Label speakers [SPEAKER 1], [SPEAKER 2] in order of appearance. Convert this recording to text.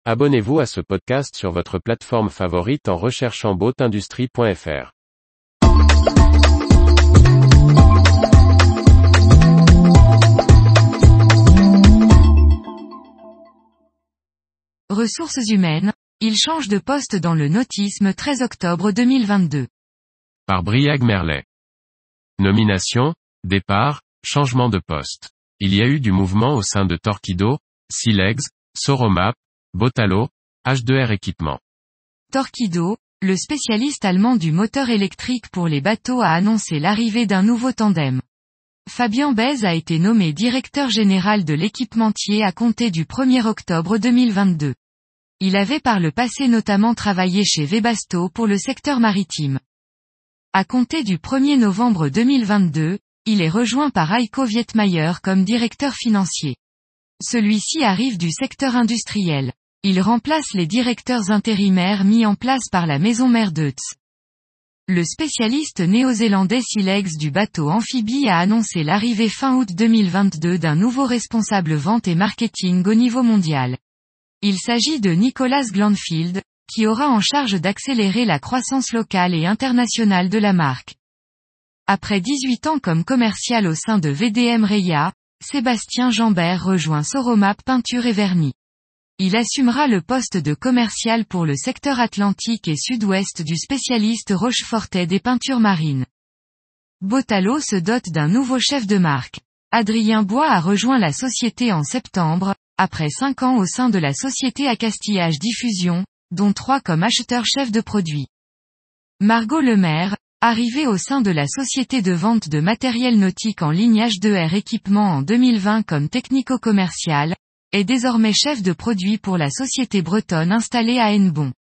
[SPEAKER 1] Abonnez-vous à ce podcast sur votre plateforme favorite en recherchant boatindustrie.fr.
[SPEAKER 2] Ressources humaines, il change de poste dans le nautisme 13 octobre 2022.
[SPEAKER 1] Par Briag Merlet. Nomination, départ, changement de poste. Il y a eu du mouvement au sein de Torqeedo, Silex, Soromap, Botalo, H2R Équipement.
[SPEAKER 2] Torqeedo, le spécialiste allemand du moteur électrique pour les bateaux, a annoncé l'arrivée d'un nouveau tandem. Fabien Bèze a été nommé directeur général de l'équipementier à compter du 1er octobre 2022. Il avait par le passé notamment travaillé chez Webasto pour le secteur maritime. À compter du 1er novembre 2022, il est rejoint par Heiko Wietmayer comme directeur financier. Celui-ci arrive du secteur industriel. Il remplace les directeurs intérimaires mis en place par la maison mère Deutz. Le spécialiste néo-zélandais Silex du bateau amphibie a annoncé l'arrivée fin août 2022 d'un nouveau responsable vente et marketing au niveau mondial. Il s'agit de Nicolas Glanfield, qui aura en charge d'accélérer la croissance locale et internationale de la marque. Après 18 ans comme commercial au sein de VDM Reya, Sébastien Jambert rejoint Soromap Peinture et Vernis. Il assumera le poste de commercial pour le secteur atlantique et sud-ouest du spécialiste Rochefortais des peintures marines. Botalo se dote d'un nouveau chef de marque. Adrien Bois a rejoint la société en septembre, après 5 ans au sein de la société Accastillage Diffusion, dont 3 comme acheteur-chef de produits. Margot Lemaire, arrivée au sein de la société de vente de matériel nautique en ligne H2R Équipement en 2020 comme technico-commercial, est désormais chef de produit pour la société bretonne installée à Hennebont.